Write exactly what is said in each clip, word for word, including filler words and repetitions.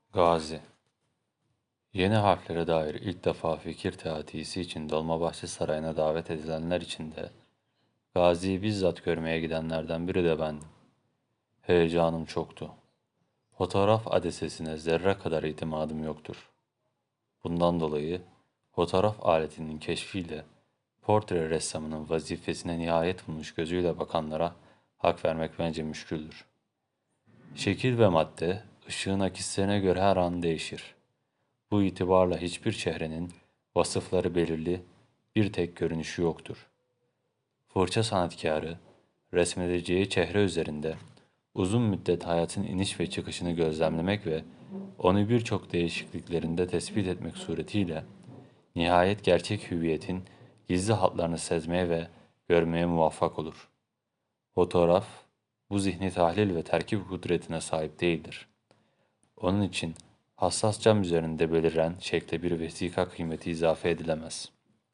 Gazi. Yeni harflere dair ilk defa fikir teatisi için Dolmabahçe Sarayı'na davet edilenler içinde Gazi'yi bizzat görmeye gidenlerden biri de bendim. Heyecanım çoktu. Fotoğraf adesesine zerre kadar itimadım yoktur. Bundan dolayı fotoğraf aletinin keşfiyle portre ressamının vazifesine nihayet bulmuş gözüyle bakanlara hak vermek bence müşküldür. Şekil ve madde ışığın akislerine göre her an değişir. Bu itibarla hiçbir çehrenin vasıfları belirli, bir tek görünüşü yoktur. Fırça sanatkarı, resmedeceği çehre üzerinde uzun müddet hayatın iniş ve çıkışını gözlemlemek ve onu birçok değişikliklerinde tespit etmek suretiyle nihayet gerçek hüviyetin gizli hatlarını sezmeye ve görmeye muvaffak olur. Fotoğraf, bu zihni tahlil ve terkip kudretine sahip değildir. Onun için hassas cam üzerinde beliren şekle bir vesika kıymeti izafe edilemez.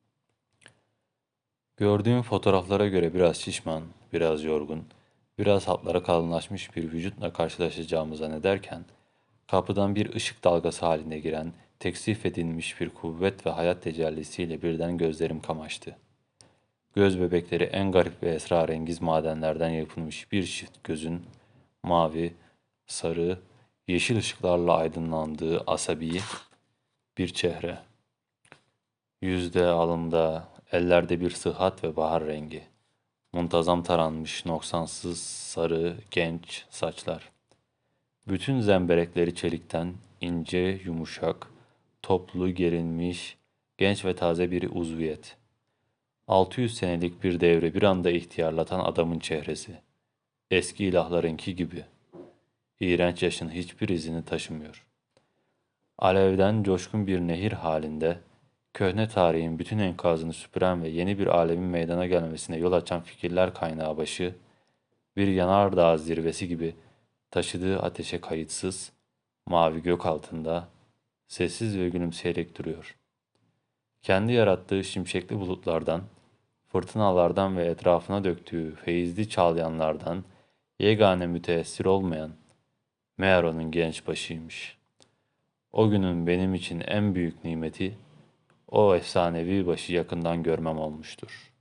Gördüğüm fotoğraflara göre biraz şişman, biraz yorgun, biraz hatlara kalınlaşmış bir vücutla karşılaşacağımı zannederken, kapıdan bir ışık dalgası haline giren, teksif edilmiş bir kuvvet ve hayat tecellisiyle birden gözlerim kamaştı. Göz bebekleri en garip ve esrarengiz madenlerden yapılmış bir çift gözün, mavi, sarı, yeşil ışıklarla aydınlandığı asabi bir çehre. Yüzde, alında, ellerde bir sıhhat ve bahar rengi. Muntazam taranmış, noksansız, sarı, genç saçlar. Bütün zemberekleri çelikten, ince, yumuşak, toplu, gerilmiş, genç ve taze bir uzviyet. Altı yüz senelik bir devre bir anda ihtiyarlatan adamın çehresi. Eski ilahlarınki gibi. İğrenç yaşın hiçbir izini taşımıyor. Alevden coşkun bir nehir halinde, köhne tarihin bütün enkazını süpüren ve yeni bir alemin meydana gelmesine yol açan fikirler kaynağı başı, bir yanardağ zirvesi gibi taşıdığı ateşe kayıtsız, mavi gök altında, sessiz ve gülümseyerek duruyor. Kendi yarattığı şimşekli bulutlardan, fırtınalardan ve etrafına döktüğü feyizli çağlayanlardan yegane müteessir olmayan, meğer onun genç başıymış. O günün benim için en büyük nimeti, o efsanevi başı yakından görmem olmuştur.